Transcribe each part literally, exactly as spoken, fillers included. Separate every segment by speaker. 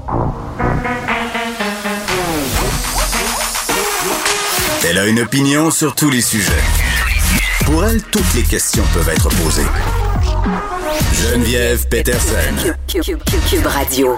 Speaker 1: Elle a une opinion sur tous les sujets. Pour elle, toutes les questions peuvent être posées. Geneviève Peterson.
Speaker 2: Cube, Cube, Cube, Cube Radio.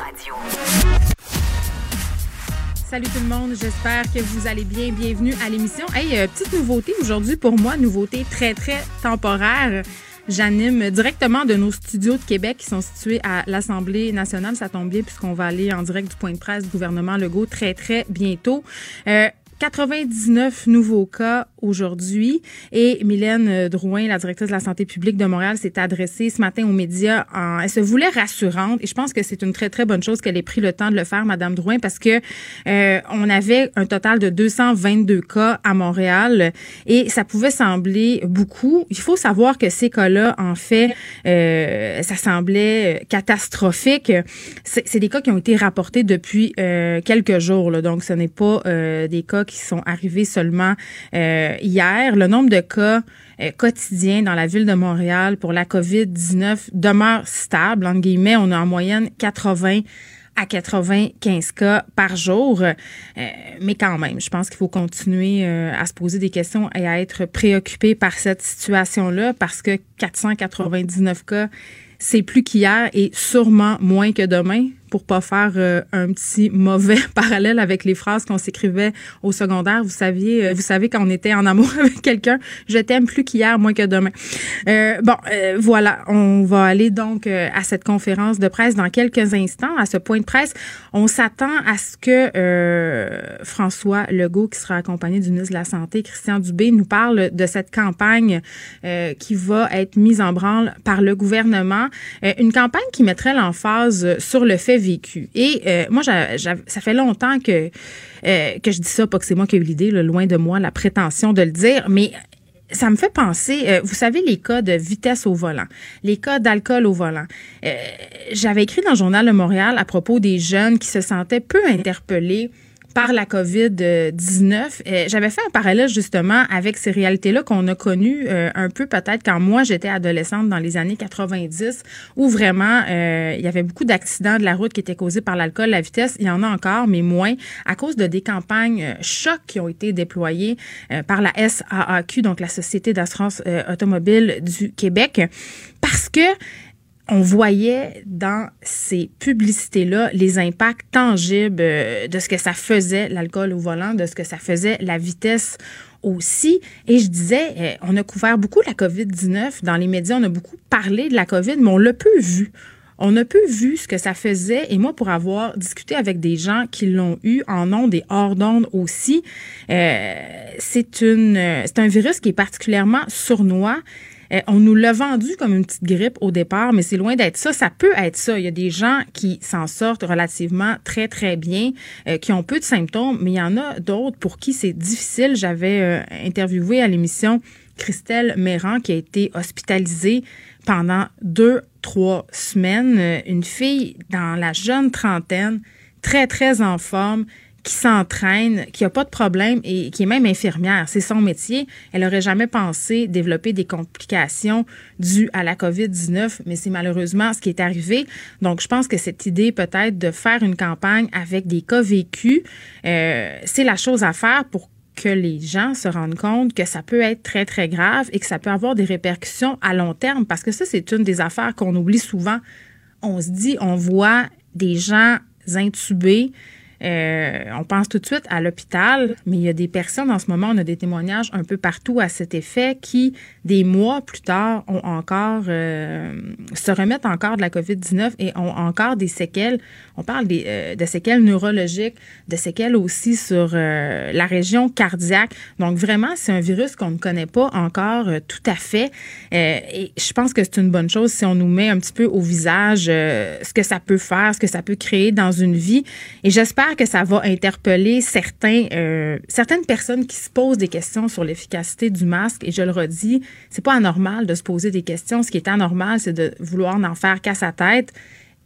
Speaker 3: Salut tout le monde, j'espère que vous allez bien. Bienvenue à l'émission. Hey, euh, petite nouveauté aujourd'hui pour moi, nouveauté très, très temporaire. J'anime directement de nos studios de Québec qui sont situés à l'Assemblée nationale. Ça tombe bien puisqu'on va aller en direct du point de presse du gouvernement Legault très, très bientôt. Euh, quatre-vingt-dix-neuf nouveaux cas aujourd'hui et Mylène Drouin, la directrice de la santé publique de Montréal, s'est adressée ce matin aux médias. En, elle se voulait rassurante et je pense que c'est une très, très bonne chose qu'elle ait pris le temps de le faire, Madame Drouin, parce que euh, on avait un total de deux cent vingt-deux cas à Montréal et ça pouvait sembler beaucoup. Il faut savoir que ces cas-là, en fait, euh, ça semblait catastrophique. C'est, c'est des cas qui ont été rapportés depuis euh, quelques jours, là, donc ce n'est pas euh, des cas qui sont arrivés seulement euh, hier. Le nombre de cas euh, quotidiens dans la ville de Montréal pour la covid dix-neuf demeure stable. Entre guillemets, on a en moyenne quatre-vingts à quatre-vingt-quinze cas par jour. Euh, mais quand même, je pense qu'il faut continuer euh, à se poser des questions et à être préoccupé par cette situation-là parce que quatre cent quatre-vingt-dix-neuf cas, c'est plus qu'hier et sûrement moins que demain, pour pas faire euh, un petit mauvais parallèle avec les phrases qu'on s'écrivait au secondaire. Vous saviez, euh, vous savez quand on était en amour avec quelqu'un, je t'aime plus qu'hier, moins que demain. Euh, bon, euh, voilà, on va aller donc euh, à cette conférence de presse dans quelques instants, à ce point de presse. On s'attend à ce que euh, François Legault, qui sera accompagné du ministre de la Santé, Christian Dubé, nous parle de cette campagne euh, qui va être mise en branle par le gouvernement. Euh, une campagne qui mettrait l'emphase sur le fait vécu. Et euh, moi, j'a, j'a, ça fait longtemps que, euh, que je dis ça, pas que c'est moi qui ai eu l'idée, là, loin de moi la prétention de le dire, mais ça me fait penser, euh, vous savez, les cas de vitesse au volant, les cas d'alcool au volant. Euh, j'avais écrit dans le Journal de Montréal à propos des jeunes qui se sentaient peu interpellés par la covid dix-neuf. Euh, j'avais fait un parallèle justement avec ces réalités-là qu'on a connues euh, un peu peut-être quand moi j'étais adolescente dans les années quatre-vingt-dix, où vraiment euh, il y avait beaucoup d'accidents de la route qui étaient causés par l'alcool, la vitesse. Il y en a encore, mais moins, à cause de des campagnes euh, chocs qui ont été déployées euh, par la S A A Q, donc la Société d'assurance euh, automobile du Québec, parce que on voyait dans ces publicités-là les impacts tangibles de ce que ça faisait, l'alcool au volant, de ce que ça faisait, la vitesse aussi. Et je disais, on a couvert beaucoup la covid dix-neuf dans les médias, on a beaucoup parlé de la COVID, mais on l'a peu vu. On a peu vu ce que ça faisait. Et moi, pour avoir discuté avec des gens qui l'ont eu en ondes et hors d'ondes aussi, euh, c'est une, c'est un virus qui est particulièrement sournois. On nous l'a vendu comme une petite grippe au départ, mais c'est loin d'être ça. Ça peut être ça. Il y a des gens qui s'en sortent relativement très, très bien, euh, qui ont peu de symptômes, mais il y en a d'autres pour qui c'est difficile. J'avais euh, interviewé à l'émission Christelle Méran, qui a été hospitalisée pendant deux, trois semaines. Une fille dans la jeune trentaine, très, très en forme, qui s'entraîne, qui a pas de problème et qui est même infirmière. C'est son métier. Elle aurait jamais pensé développer des complications dues à la covid dix-neuf, mais c'est malheureusement ce qui est arrivé. Donc, je pense que cette idée peut-être de faire une campagne avec des cas vécus, euh, c'est la chose à faire pour que les gens se rendent compte que ça peut être très, très grave et que ça peut avoir des répercussions à long terme, parce que ça, c'est une des affaires qu'on oublie souvent. On se dit, on voit des gens intubés. Euh, on pense tout de suite à l'hôpital, mais il y a des personnes en ce moment, on a des témoignages un peu partout à cet effet qui, des mois plus tard, ont encore euh, se remettent encore de la covid dix-neuf et ont encore des séquelles. On parle des, euh, de séquelles neurologiques, de séquelles aussi sur euh, la région cardiaque. Donc vraiment, c'est un virus qu'on ne connaît pas encore euh, tout à fait. Euh, et je pense que c'est une bonne chose si on nous met un petit peu au visage euh, ce que ça peut faire, ce que ça peut créer dans une vie. Et j'espère que ça va interpeller certains, euh, certaines personnes qui se posent des questions sur l'efficacité du masque. Et je le redis, c'est pas anormal de se poser des questions. Ce qui est anormal, c'est de vouloir n'en faire qu'à sa tête.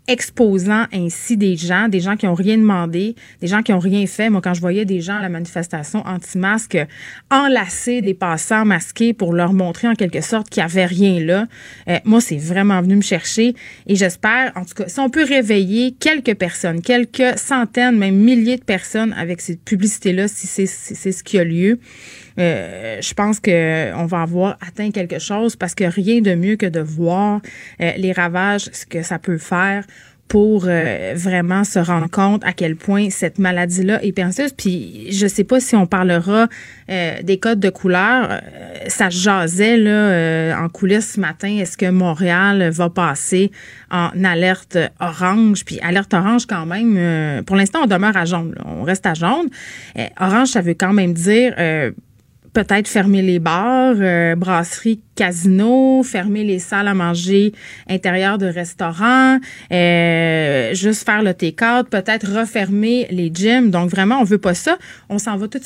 Speaker 3: exposant ainsi des gens, des gens qui n'ont rien demandé, des gens qui n'ont rien fait. Moi, quand je voyais des gens à la manifestation anti-masque enlacer des passants masqués pour leur montrer en quelque sorte qu'il n'y avait rien là, euh, moi, c'est vraiment venu me chercher. Et j'espère, en tout cas, si on peut réveiller quelques personnes, quelques centaines, même milliers de personnes avec cette publicité-là, si c'est, si c'est ce qui a lieu, Euh, je pense qu'on va avoir atteint quelque chose parce que rien de mieux que de voir euh, les ravages, ce que ça peut faire pour euh, vraiment se rendre compte à quel point cette maladie-là est pernicieuse. Puis je sais pas si on parlera euh, des codes de couleur. Euh, ça jasait là euh, en coulisses ce matin. Est-ce que Montréal va passer en alerte orange? Puis alerte orange quand même, euh, pour l'instant, on demeure à jaune. Là. On reste à jaune. Euh, orange, ça veut quand même dire... Euh, peut-être fermer les bars, euh, brasseries, casinos, fermer les salles à manger intérieures de restaurants, euh, juste faire le take-out, peut-être refermer les gyms. Donc vraiment, on veut pas ça. On s'en va tout